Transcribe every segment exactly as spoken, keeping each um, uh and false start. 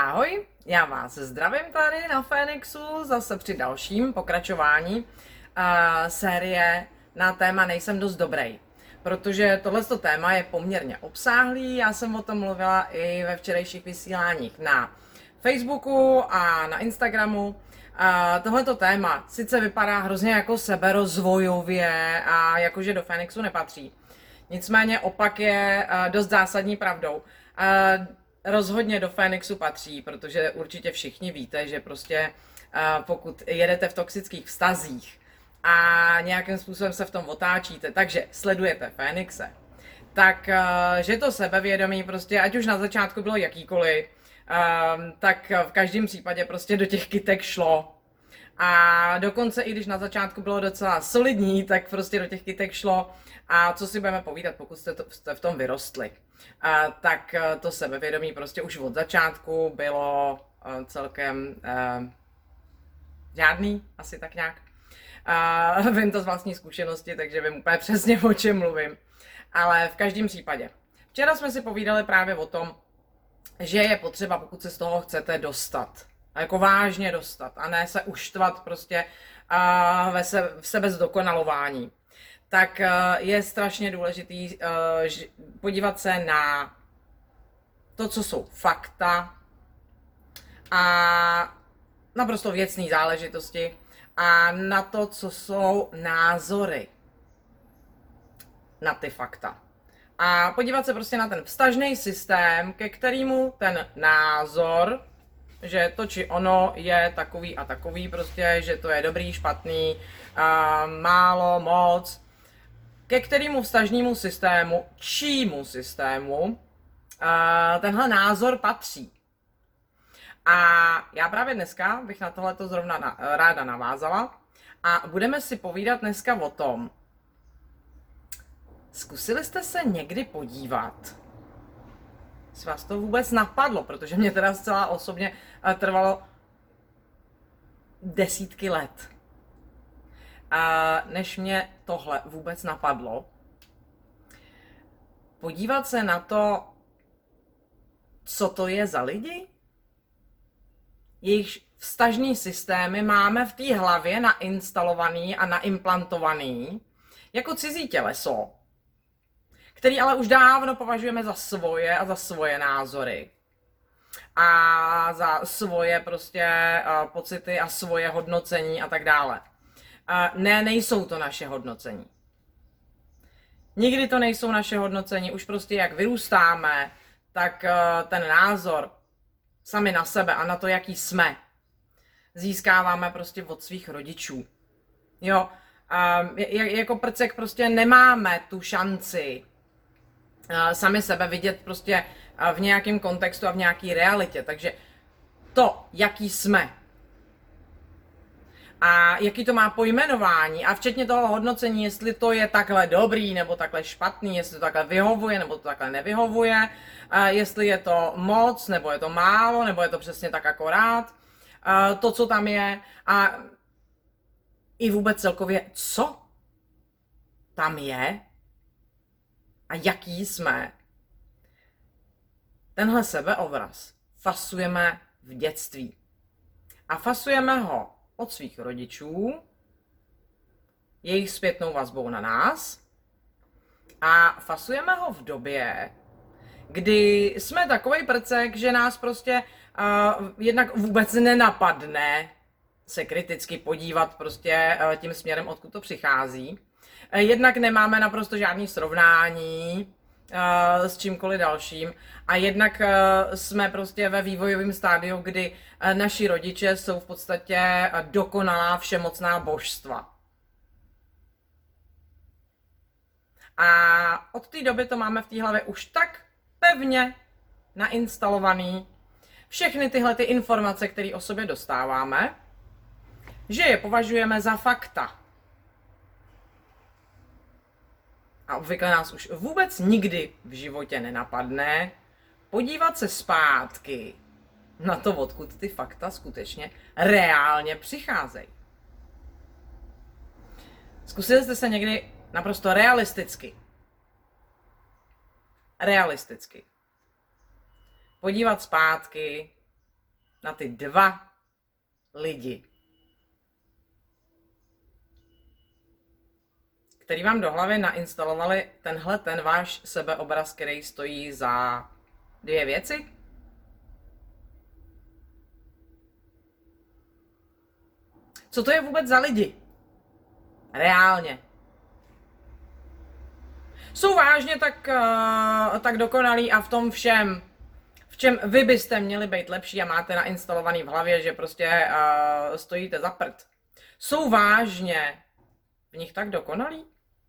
Ahoj, já vás zdravím tady na Fénixu, zase při dalším pokračování uh, série na téma Nejsem dost dobrý. Protože tohleto téma je poměrně obsáhlý, já jsem o tom mluvila i ve včerejších vysíláních na Facebooku a na Instagramu. Uh, tohleto téma sice vypadá hrozně jako seberozvojově a jakože do Fénixu nepatří. Nicméně opak je uh, dost zásadní pravdou. Uh, Rozhodně do Fénixu patří, protože určitě všichni víte, že prostě uh, pokud jedete v toxických vztazích a nějakým způsobem se v tom otáčíte, takže sledujete Fénixe, tak uh, že to sebevědomí prostě, ať už na začátku bylo jakýkoliv, uh, tak v každém případě prostě do těch kytek šlo. A dokonce i když na začátku bylo docela solidní, tak prostě do těch kytek šlo. A co si budeme povídat, pokud jste, to, jste v tom vyrostli, a, tak to sebevědomí prostě už od začátku bylo a, celkem a, žádný, asi tak nějak. A, vím to z vlastní zkušenosti, takže vím úplně přesně, o čem mluvím. Ale v každém případě. Včera jsme si povídali právě o tom, že je potřeba, pokud se z toho chcete dostat, a jako vážně dostat, a ne se uštvat prostě a, ve se, v sebe zdokonalování, tak je strašně důležitý podívat se na to, co jsou fakta a naprosto věcné záležitosti a na to, co jsou názory na ty fakta. A podívat se prostě na ten vztažný systém, ke kterému ten názor, že to či ono je takový a takový, prostě, že to je dobrý, špatný, málo, moc, ke kterému vztažnému systému, čímu systému tenhle názor patří. A já právě dneska bych na tohleto zrovna na, ráda navázala a budeme si povídat dneska o tom, zkusili jste se někdy podívat, jestli vás to vůbec napadlo, protože mě teda zcela osobně trvalo desítky let, než mě tohle vůbec napadlo. Podívat se na to, co to je za lidi? Jejich vztažný systémy máme v té hlavě nainstalovaný a naimplantovaný jako cizí těleso, který ale už dávno považujeme za svoje a za svoje názory. A za svoje prostě uh, pocity a svoje hodnocení a tak dále. Uh, ne, nejsou to naše hodnocení. Nikdy to nejsou naše hodnocení, už prostě jak vyrůstáme, tak uh, ten názor sami na sebe a na to, jaký jsme, získáváme prostě od svých rodičů. Jo, uh, jako prcek prostě nemáme tu šanci uh, sami sebe vidět prostě uh, v nějakém kontextu a v nějaké realitě, takže to, jaký jsme, a jaký to má pojmenování a včetně toho hodnocení, jestli to je takhle dobrý nebo takhle špatný, jestli to takhle vyhovuje nebo to takhle nevyhovuje, jestli je to moc nebo je to málo nebo je to přesně tak akorát, to, co tam je a i vůbec celkově, co tam je a jaký jsme. Tenhle sebeobraz fasujeme v dětství a fasujeme ho od svých rodičů, jejich zpětnou vazbou na nás a fasujeme ho v době, kdy jsme takovej prcek, že nás prostě uh, jednak vůbec nenapadne se kriticky podívat prostě uh, tím směrem, odkud to přichází. Uh, jednak nemáme naprosto žádný srovnání Uh, s čímkoliv dalším a jednak uh, jsme prostě ve vývojovém stádiu, kdy uh, naši rodiče jsou v podstatě uh, dokonalá všemocná božstva. A od té doby to máme v té hlavě už tak pevně nainstalovaný všechny tyhle ty informace, které o sobě dostáváme, že je považujeme za fakta. A obvykle nás už vůbec nikdy v životě nenapadne podívat se zpátky na to, odkud ty fakta skutečně reálně přicházejí. Zkusili jste se někdy naprosto realisticky, realisticky podívat zpátky na ty dva lidi, který vám do hlavy nainstalovali tenhle ten váš sebeobraz, který stojí za dvě věci? Co to je vůbec za lidi? Reálně. Jsou vážně tak, uh, tak dokonalí a v tom všem, v čem vy byste měli být lepší a máte nainstalovaný v hlavě, že prostě uh, stojíte za prd. Jsou vážně v nich tak dokonalí?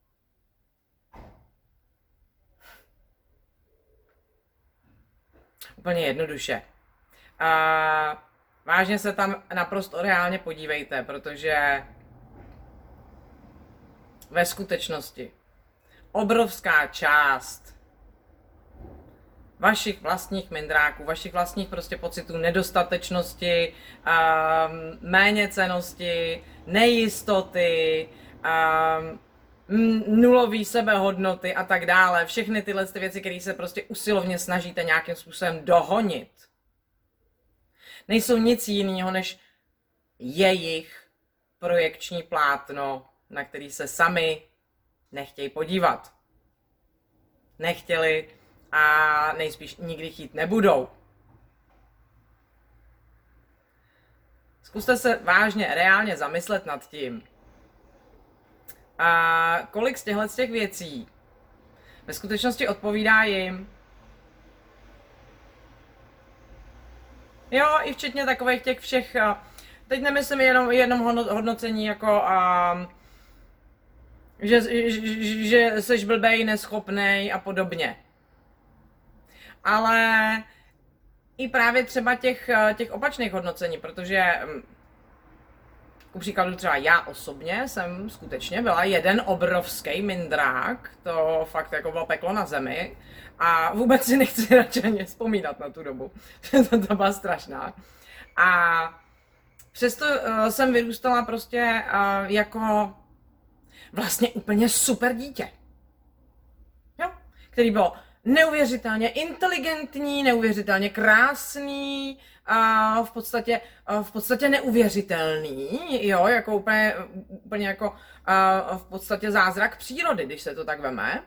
Úplně jednoduše. Uh, vážně se tam naprosto reálně podívejte, protože ve skutečnosti obrovská část vašich vlastních mindráků, vašich vlastních prostě pocitů nedostatečnosti, um, méněcennosti, nejistoty, um, nulový sebehodnoty a tak dále. Všechny tyhle ty věci, které se prostě usilovně snažíte nějakým způsobem dohonit, nejsou nic jiného než jejich projekční plátno, na který se sami nechtějí podívat. Nechtěli a nejspíš nikdy chtít nebudou. Zkuste se vážně, reálně zamyslet nad tím, a kolik z těchto z těch věcí ve skutečnosti odpovídá jim. Jo, i včetně takových těch všech, teď nemyslím jenom, jenom hodnocení jako, um, že, že, že jsi blbej, neschopnej a podobně. Ale i právě třeba těch, těch opačných hodnocení, protože ku příkladu třeba já osobně jsem skutečně byla jeden obrovský mindrák, to fakt jako bylo peklo na zemi a vůbec si nechci radši ani vzpomínat na tu dobu, to, to byla strašná. A přesto uh, jsem vyrůstala prostě uh, jako vlastně úplně super dítě, jo? Který bylo neuvěřitelně inteligentní, neuvěřitelně krásný a v podstatě, v podstatě neuvěřitelný, jo, jako úplně, úplně jako v podstatě zázrak přírody, když se to tak veme.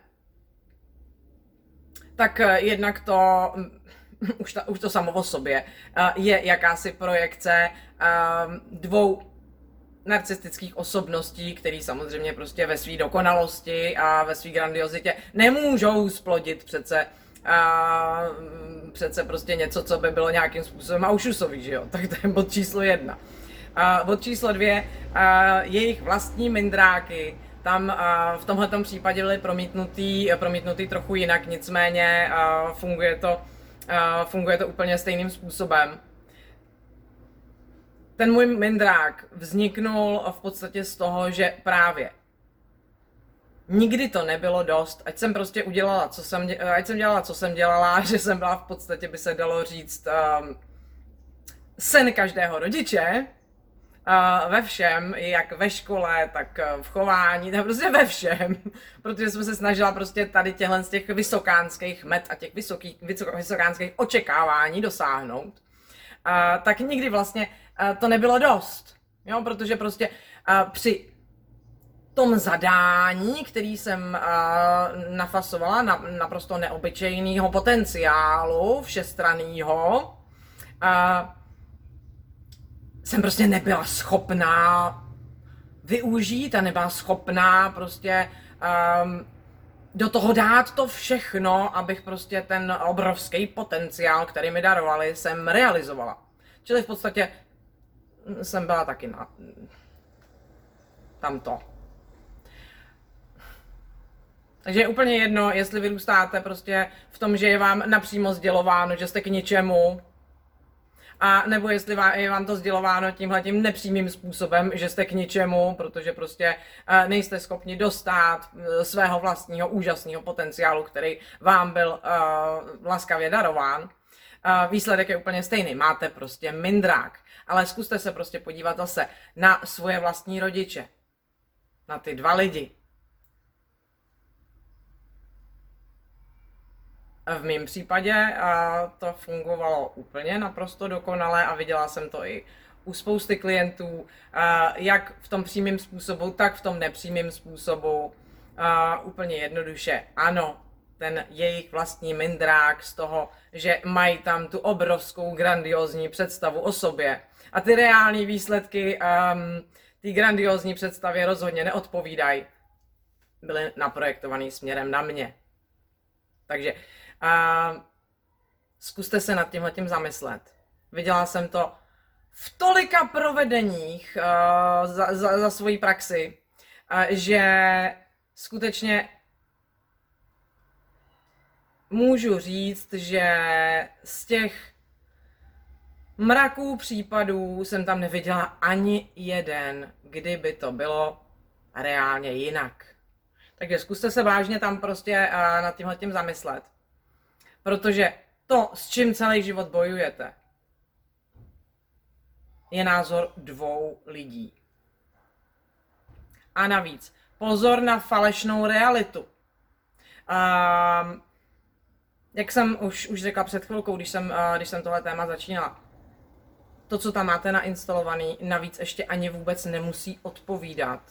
Tak jednak to, už, ta, už to samo o sobě, je jakási projekce dvou narcistických osobností, který samozřejmě prostě ve své dokonalosti a ve své grandiozitě nemůžou splodit přece a, přece prostě něco, co by bylo nějakým způsobem aušusový, že jo? Tak to je bod číslo jedna. A bod číslo dvě, a, jejich vlastní mindráky tam a, v tomhletom případě byly promítnutý, promítnutý trochu jinak, nicméně a, funguje to, a, funguje to úplně stejným způsobem. Ten můj mindrák vzniknul v podstatě z toho, že právě nikdy to nebylo dost, ať jsem prostě udělala, co jsem, ať jsem dělala, co jsem dělala, že jsem byla v podstatě, by se dalo říct, um, sen každého rodiče, uh, ve všem, jak ve škole, tak v chování, tak prostě ve všem, protože jsem se snažila prostě tady těchhle z těch vysokánských met a těch vysokých, vysokánských očekávání dosáhnout, uh, tak nikdy vlastně uh, to nebylo dost, jo, protože prostě uh, při tom zadání, který jsem uh, nafasovala, na, naprosto neobyčejného potenciálu, všestranného, uh, jsem prostě nebyla schopná využít a nebyla schopná prostě um, do toho dát to všechno, abych prostě ten obrovský potenciál, který mi darovali, jsem realizovala. Čili v podstatě jsem byla taky na tamto. Takže je úplně jedno, jestli vyrůstáte prostě v tom, že je vám napřímo sdělováno, že jste k ničemu, a nebo jestli je vám to sdělováno tímhletím nepřímým způsobem, že jste k ničemu, protože prostě nejste schopni dostat svého vlastního úžasného potenciálu, který vám byl uh, laskavě darován. Uh, výsledek je úplně stejný, máte prostě mindrák, ale zkuste se prostě podívat zase na svoje vlastní rodiče, na ty dva lidi. V mém případě to fungovalo úplně naprosto dokonale a viděla jsem to i u spousty klientů, jak v tom přímém způsobu, tak v tom nepřímém způsobu. Úplně jednoduše, ano, ten jejich vlastní mindrák z toho, že mají tam tu obrovskou grandiozní představu o sobě a ty reální výsledky um, té grandiozní představě rozhodně neodpovídají, byly naprojektovaný směrem na mě. Takže uh, zkuste se nad tímhletím zamyslet. Viděla jsem to v tolika provedeních uh, za, za, za svoji praxi, uh, že skutečně můžu říct, že z těch mraků případů jsem tam neviděla ani jeden, kdyby to bylo reálně jinak. Takže zkuste se vážně tam prostě uh, nad tímhletím zamyslet. Protože to, s čím celý život bojujete, je názor dvou lidí. A navíc, pozor na falešnou realitu. Um, jak jsem už, už řekla před chvilkou, když jsem, uh, když jsem tohle téma začínala, to, co tam máte nainstalovaný, navíc ještě ani vůbec nemusí odpovídat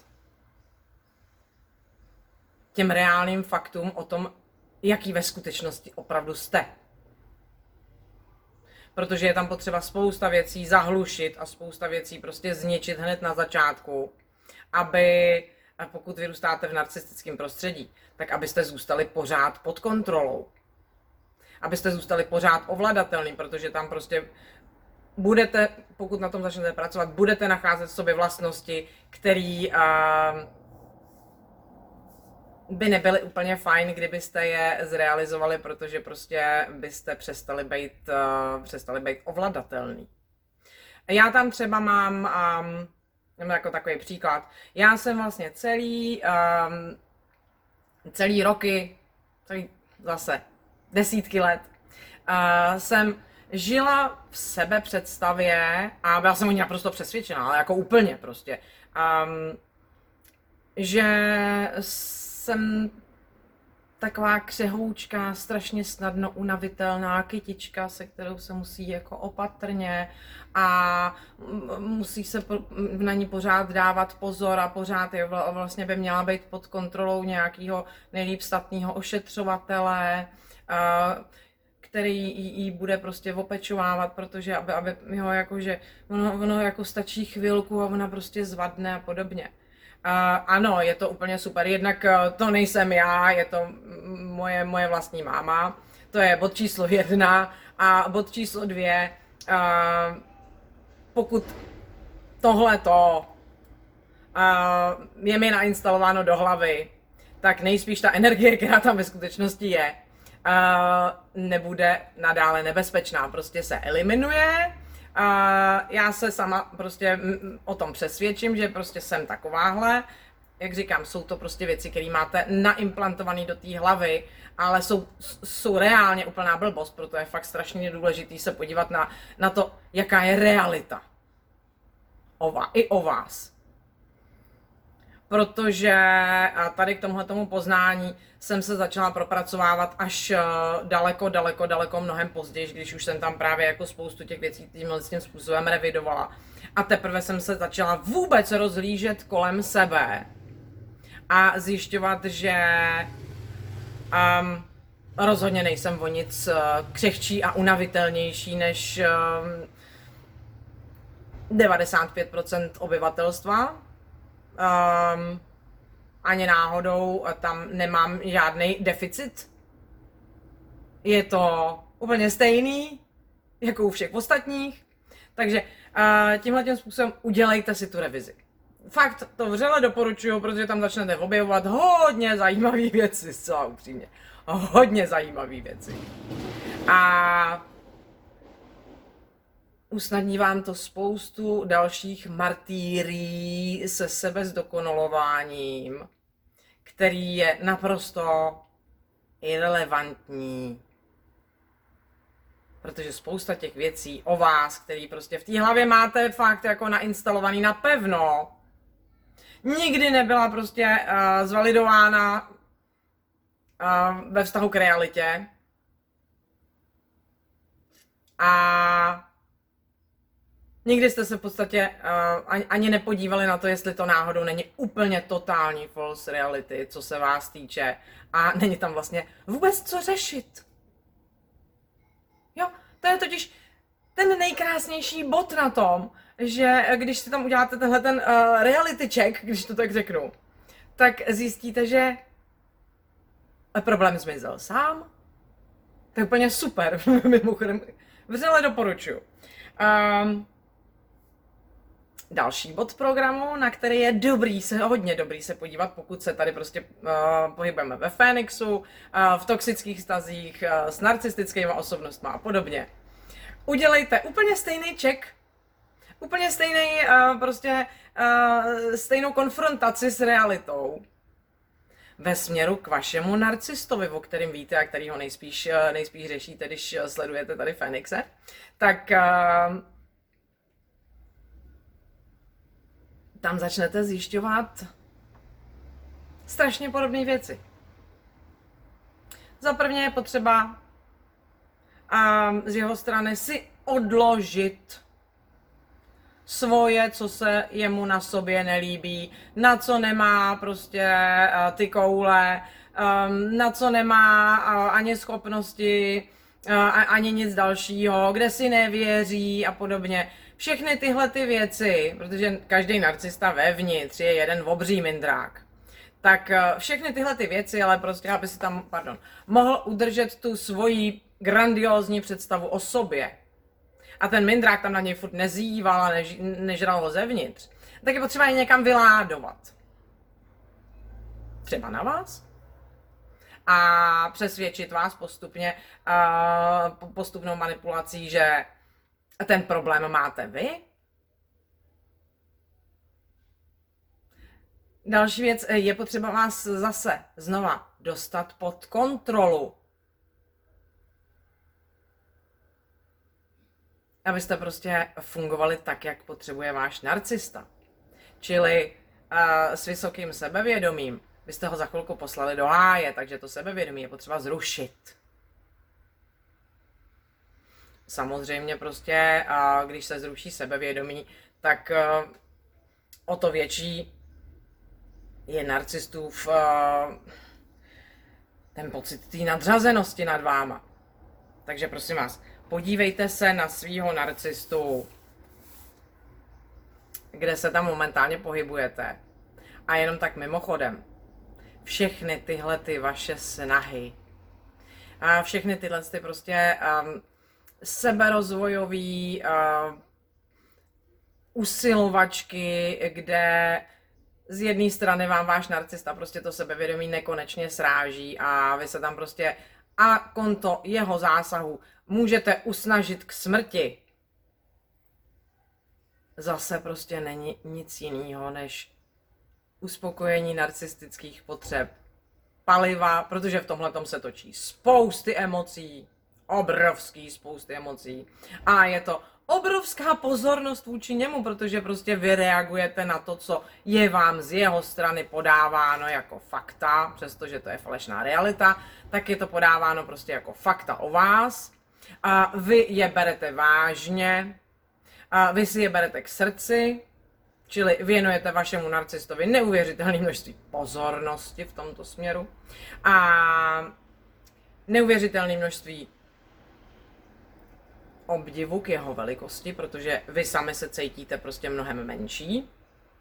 těm reálným faktům o tom, jaký ve skutečnosti opravdu jste. Protože je tam potřeba spousta věcí zahlušit a spousta věcí prostě zničit hned na začátku, aby, pokud vyrůstáte v narcistickém prostředí, tak abyste zůstali pořád pod kontrolou. Abyste zůstali pořád ovladatelný, protože tam prostě budete, pokud na tom začnete pracovat, budete nacházet v sobě vlastnosti, které uh, by nebyly úplně fajn, kdybyste je zrealizovali, protože prostě byste přestali být, uh, přestali být ovladatelný. Já tam třeba mám, um, jako takový příklad, já jsem vlastně celý, um, celý roky, celý zase desítky let, uh, jsem žila v sebepředstavě a byla jsem o ní naprosto přesvědčená, ale jako úplně prostě, um, že jsem taková křehoučka, strašně snadno unavitelná kytička, se kterou se musí jako opatrně a musí se na ní pořád dávat pozor a pořád je vlastně by měla být pod kontrolou nějakého nejlíp statného ošetřovatele, který ji bude prostě opečovávat, protože aby, aby jo, jakože ono, ono jako stačí chvilku a ona prostě zvadne a podobně. Uh, ano, je to úplně super. Jednak uh, to nejsem já, je to moje, moje vlastní máma. To je bod číslo jedna. A bod číslo dvě, uh, pokud tohleto uh, je mi nainstalováno do hlavy, tak nejspíš ta energie, která tam ve skutečnosti je, uh, nebude nadále nebezpečná. Prostě se eliminuje. Uh, já se sama prostě o tom přesvědčím, že prostě jsem takováhle. Jak říkám, jsou to prostě věci, které máte naimplantované do té hlavy, ale jsou, jsou reálně úplná blbost, proto je fakt strašně důležitý se podívat na, na to, jaká je realita. O vás, i o vás. Protože tady k tomuhletomu poznání jsem se začala propracovávat až daleko, daleko, daleko mnohem později, když už jsem tam právě jako spoustu těch věcí tímhle tím způsobem revidovala. A teprve jsem se začala vůbec rozhlížet kolem sebe a zjišťovat, že um, rozhodně nejsem o nic uh, křehčí a unavitelnější než um, devadesát pět procent obyvatelstva. Um, ani náhodou tam nemám žádný deficit. Je to úplně stejný, jako u všech ostatních. Takže uh, tímhletím způsobem udělejte si tu revizi. Fakt to vřele doporučuju, protože tam začnete objevovat hodně zajímavé věci, zcela upřímně. Hodně zajímavé věci. A usnadní vám to spoustu dalších martýrií se sebezdokonalováním, který je naprosto irelevantní. Protože spousta těch věcí o vás, který prostě v té hlavě máte fakt jako nainstalovaný napevno, nikdy nebyla prostě uh, zvalidována uh, ve vztahu k realitě. A nikdy jste se v podstatě uh, ani nepodívali na to, jestli to náhodou není úplně totální false reality, co se vás týče. A není tam vlastně vůbec co řešit. Jo, to je totiž ten nejkrásnější bod na tom, že když si tam uděláte tenhle ten uh, reality check, když to tak řeknu, tak zjistíte, že problém zmizel sám. To je úplně super, mimochodem, vřele doporučuji. Um, další bod programu, na který je dobrý, se hodně dobrý se podívat, pokud se tady prostě uh, pohybujeme ve Fénixu, uh, v toxických vztazích, uh, s narcistickými osobnostmi a podobně. Udělejte úplně stejný check, úplně stejný, uh, prostě uh, stejnou konfrontaci s realitou ve směru k vašemu narcistovi, o kterém víte a který ho nejspíš, nejspíš řešíte, když sledujete tady Fénixe, tak uh, tam začnete zjišťovat strašně podobné věci. Za prvně je potřeba um, z jeho strany si odložit svoje, co se jemu na sobě nelíbí, na co nemá prostě uh, ty koule, um, na co nemá uh, ani schopnosti, uh, ani nic dalšího, kde si nevěří a podobně. Všechny tyhle ty věci, protože každý narcista vevnitř je jeden obří mindrák, tak uh, všechny tyhle ty věci, ale prostě, aby si tam, pardon, mohl udržet tu svoji grandiózní představu o sobě, a ten mindrák tam na něj furt nezýval a než, nežral ho zevnitř, tak je potřeba je někam vyládovat. Třeba na vás. A přesvědčit vás postupně, uh, postupnou manipulací, že ten problém máte vy. Další věc, je potřeba vás zase znova dostat pod kontrolu. Abyste prostě fungovali tak, jak potřebuje váš narcista. Čili uh, s vysokým sebevědomím byste ho za chvilku poslali do háje, takže to sebevědomí je potřeba zrušit. Samozřejmě prostě, uh, když se zruší sebevědomí, tak uh, o to větší je narcistův uh, ten pocit té nadřazenosti nad váma. Takže prosím vás, podívejte se na svýho narcistu, kde se tam momentálně pohybujete. A jenom tak mimochodem, všechny tyhle ty vaše snahy a všechny tyhle ty prostě um, seberozvojový uh, usilovačky, kde z jedné strany vám váš narcista prostě to sebevědomí nekonečně sráží a vy se tam prostě a konto jeho zásahu můžete usnažit k smrti. Zase prostě není nic jiného než uspokojení narcistických potřeb. Paliva, protože v tomhletom se točí spousty emocí, obrovský spousty emocí. A je to obrovská pozornost vůči němu, protože prostě vy reagujete na to, co je vám z jeho strany podáváno jako fakta, přestože to je falešná realita, tak je to podáváno prostě jako fakta o vás. A vy je berete vážně, a vy si je berete k srdci, čili věnujete vašemu narcistovi neuvěřitelné množství pozornosti v tomto směru a neuvěřitelné množství obdivu k jeho velikosti, protože vy sami se cítíte prostě mnohem menší.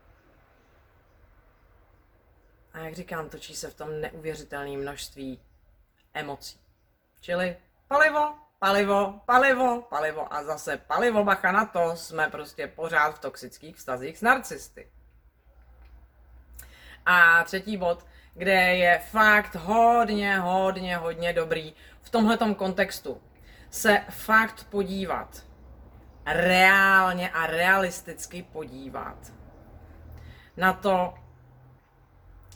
A jak říkám, točí se v tom neuvěřitelné množství emocí. Čili palivo, palivo, palivo, palivo a zase palivo, bacha na to, jsme prostě pořád v toxických vztazích s narcisty. A třetí bod, kde je fakt hodně, hodně, hodně dobrý v tomhletom kontextu se fakt podívat, reálně a realisticky podívat na to,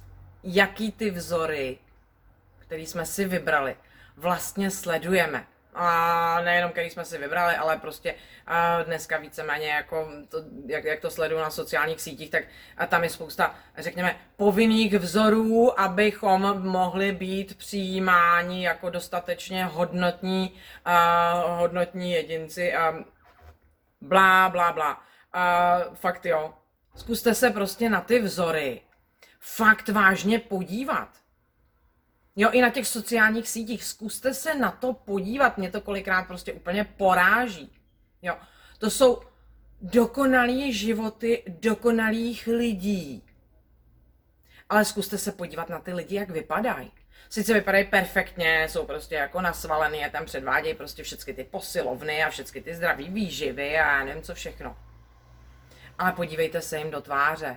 jaký ty vzory, který jsme si vybrali, vlastně sledujeme a nejenom který jsme si vybrali, ale prostě a dneska víceméně jako to, jak, jak to sleduju na sociálních sítích, tak a tam je spousta, řekněme, povinných vzorů, abychom mohli být přijímáni jako dostatečně hodnotní, a, hodnotní jedinci a blá, blá, blá. A, fakt jo, zkuste se prostě na ty vzory fakt vážně podívat. Jo, i na těch sociálních sítích, zkuste se na to podívat, mě to kolikrát prostě úplně poráží. Jo, to jsou dokonalý životy dokonalých lidí. Ale zkuste se podívat na ty lidi, jak vypadají. Sice vypadají perfektně, jsou prostě jako nasvalený a tam předvádějí prostě všechny ty posilovny a všechny ty zdraví výživy a já nevím co všechno. Ale podívejte se jim do tváře.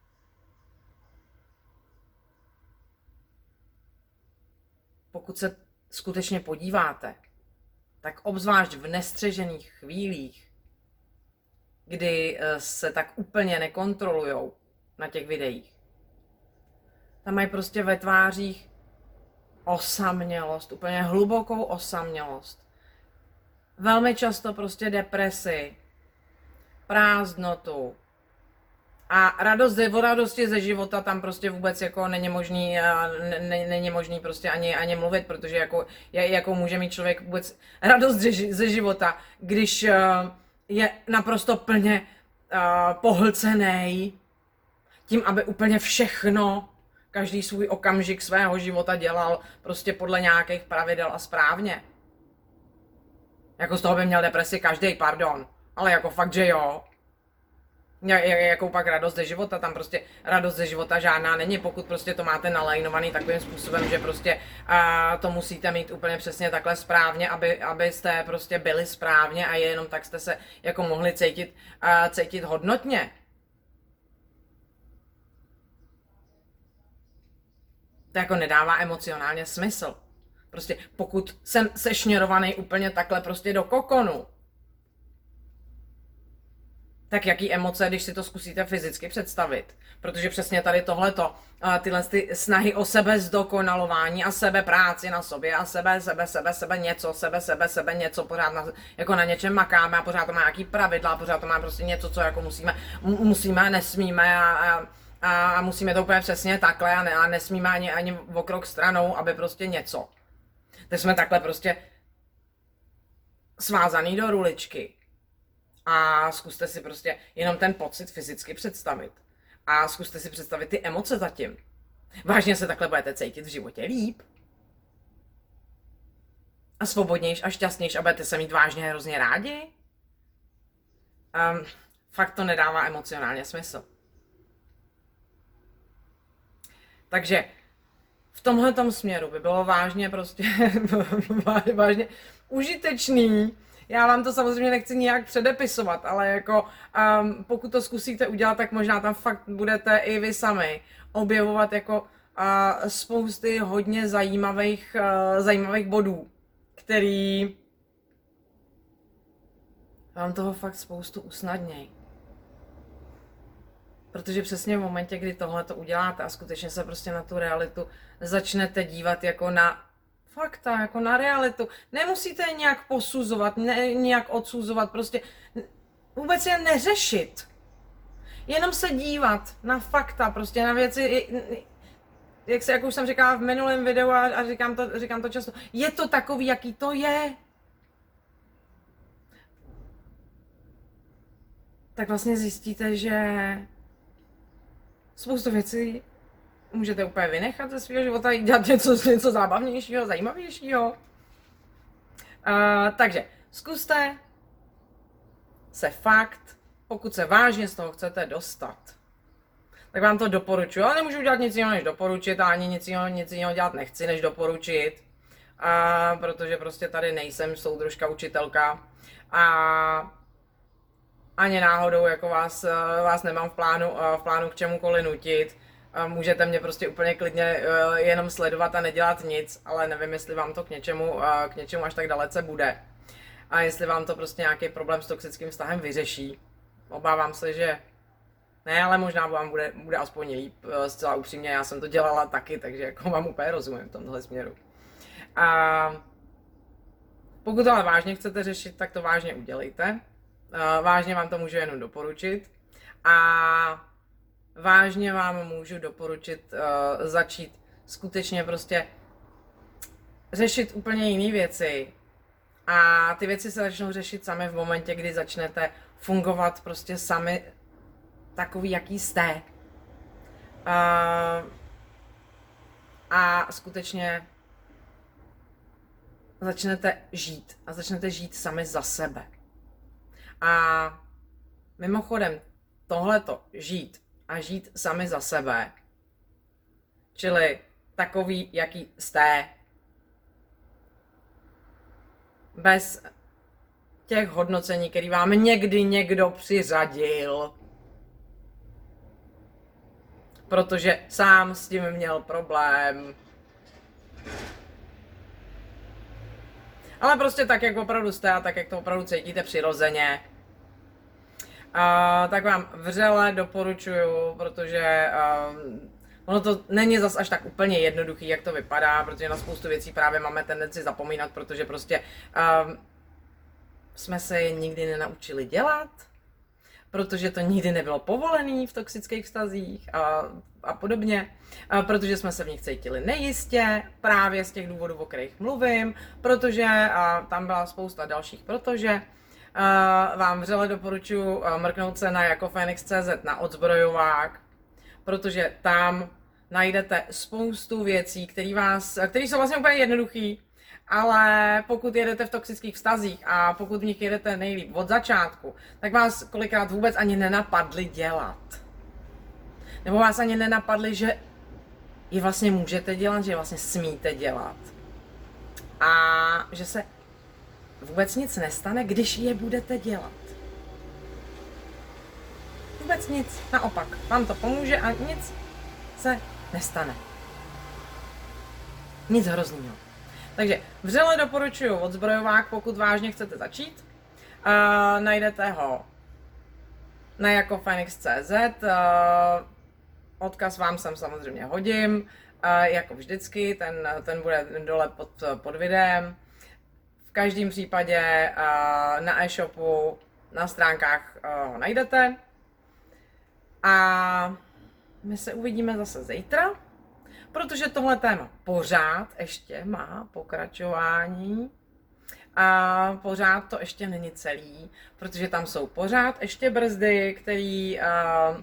Pokud se skutečně podíváte, tak obzvlášť v nestřežených chvílích, kdy se tak úplně nekontrolujou na těch videích, tam mají prostě ve tvářích osamělost, úplně hlubokou osamělost. Velmi často prostě depresi, prázdnotu a radost o radosti ze života tam prostě vůbec jako není možný, ne, není možný prostě ani, ani mluvit, protože jako, jako může mít člověk vůbec radost ze života, když je naprosto plně pohlcený tím, aby úplně všechno, každý svůj okamžik svého života dělal prostě podle nějakých pravidel a správně. Jako z toho by měl depresi každý, pardon, ale jako fakt, že jo. Jakou pak radost ze života, tam prostě radost ze života žádná není, pokud prostě to máte nalajnovaný takovým způsobem, že prostě a, to musíte mít úplně přesně takhle správně, aby, abyste prostě byli správně a jenom tak jste se jako mohli cítit, a, cítit hodnotně. To jako nedává emocionálně smysl. Prostě pokud jsem sešněrovaný úplně takhle prostě do kokonu, tak jaký emoce, když si to zkusíte fyzicky představit. Protože přesně tady tohleto, tyhle ty snahy o sebe zdokonalování a sebe práci na sobě a sebe, sebe, sebe, sebe něco, sebe, sebe, sebe něco, pořád na, jako na něčem makáme a pořád to má nějaký pravidla a pořád to má prostě něco, co jako musíme, musíme a nesmíme a, a, a musíme to úplně přesně takhle a, ne, a nesmíme ani, ani o krok stranou, aby prostě něco. Teď jsme takhle prostě svázaný do ruličky. A zkuste si prostě jenom ten pocit fyzicky představit. A zkuste si představit ty emoce zatím. Vážně se takhle budete cítit v životě líp. A svobodnějš a šťastnějš a budete se mít vážně hrozně rádi. Um, fakt to nedává emocionálně smysl. Takže v tomhletom směru by bylo vážně prostě vážně užitečný. Já vám to samozřejmě nechci nijak předepisovat, ale jako um, pokud to zkusíte udělat, tak možná tam fakt budete i vy sami objevovat jako uh, spousty hodně zajímavých, uh, zajímavých bodů, který vám toho fakt spoustu usnadnějí. Protože přesně v momentě, kdy tohle to uděláte a skutečně se prostě na tu realitu začnete dívat jako na fakta, jako na realitu. Nemusíte je nějak posuzovat, ne, nějak odsuzovat, prostě vůbec je neřešit. Jenom se dívat na fakta, prostě na věci, jak, se, jak už jsem říkala v minulém videu a, a říkám, to, říkám to často, je to takový, jaký to je. Tak vlastně zjistíte, že spoustu věcí můžete úplně vynechat ze svého života a dělat něco, něco zábavnějšího, zajímavějšího. Uh, takže zkuste se fakt, pokud se vážně z toho chcete dostat, tak vám to doporučuji, ale nemůžu dělat nic jiného než doporučit a ani nic jiného, nic jiného dělat nechci než doporučit, uh, protože prostě tady nejsem soudružka, učitelka a ani náhodou jako vás, vás nemám v plánu, v plánu k čemukoliv nutit. Můžete mě prostě úplně klidně jenom sledovat a nedělat nic, ale nevím, jestli vám to k něčemu, k něčemu až tak dalece bude. A jestli vám to prostě nějaký problém s toxickým vztahem vyřeší. Obávám se, že ne, ale možná vám bude, bude aspoň líp, zcela upřímně, já jsem to dělala taky, takže jako vám úplně rozumím v tomhle směru. A Pokud to ale vážně chcete řešit, tak to vážně udělejte. Vážně vám to můžu jenom doporučit. A vážně vám můžu doporučit uh, začít skutečně prostě řešit úplně jiné věci. A ty věci se začnou řešit sami v momentě, kdy začnete fungovat prostě sami takový, jaký jste. Uh, a skutečně začnete žít. A začnete žít sami za sebe. A mimochodem, tohleto žít a žít sami za sebe, čili takový, jaký jste, bez těch hodnocení, který vám někdy někdo přiřadil, protože sám s tím měl problém. Ale prostě tak, jak opravdu jste a tak, jak to opravdu cítíte přirozeně, Uh, tak vám vřele doporučuju, protože uh, ono to není zas až tak úplně jednoduchý, jak to vypadá, protože na spoustu věcí právě máme tendenci zapomínat, protože prostě uh, jsme se je nikdy nenaučili dělat, protože to nikdy nebylo povolené v toxických vztazích a, a podobně, a protože jsme se v nich cítili nejistě, právě z těch důvodů, o kterých mluvím, protože a tam byla spousta dalších, protože Uh, vám vřele doporučuji uh, mrknout se na jako Phoenix tečka cé zet na odzbrojovák, protože tam najdete spoustu věcí, které vás, které jsou vlastně úplně jednoduché, ale pokud jedete v toxických vztazích a pokud v nich jedete nejlíp od začátku, tak vás kolikrát vůbec ani nenapadly dělat. Nebo vás ani nenapadly, že je vlastně můžete dělat, že je vlastně smíte dělat. A že se vůbec nic nestane, když je budete dělat. Vůbec nic, naopak, vám to pomůže a nic se nestane. Nic hroznýho. Takže vřele doporučuji odzbrojovák, pokud vážně chcete začít. Uh, najdete ho na jako Phoenix tečka cé zet. Uh, odkaz vám sem samozřejmě hodím, uh, jako vždycky, ten, ten bude dole pod, pod videem. V každém případě uh, na e-shopu, na stránkách uh, ho najdete. A my se uvidíme zase zítra, protože tohle téma pořád ještě má pokračování. A pořád to ještě není celý, protože tam jsou pořád ještě brzdy, který uh,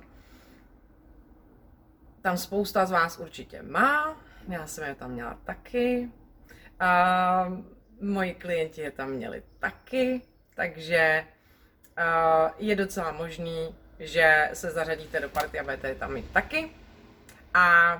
tam spousta z vás určitě má. Já jsem je tam měla taky. Uh, moji klienti je tam měli taky, takže uh, je docela možný, že se zařadíte do party a budete tam mít taky. A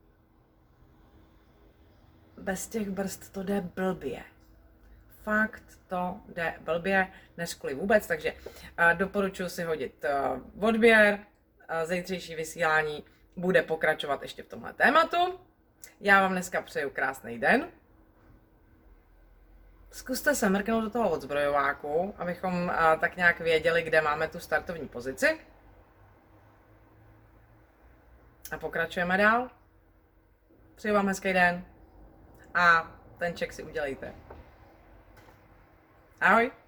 bez těch brzd to jde blbě. Fakt to jde blbě, než kvůli vůbec, takže uh, doporučuji si hodit uh, odběr. Uh, zítřejší vysílání bude pokračovat ještě v tomhle tématu. Já vám dneska přeju krásný den. Zkuste se mrknout do toho odzbrojováku, abychom uh, tak nějak věděli, kde máme tu startovní pozici. A pokračujeme dál. Přeju vám hezký den a ten ček si udělejte. Ahoj!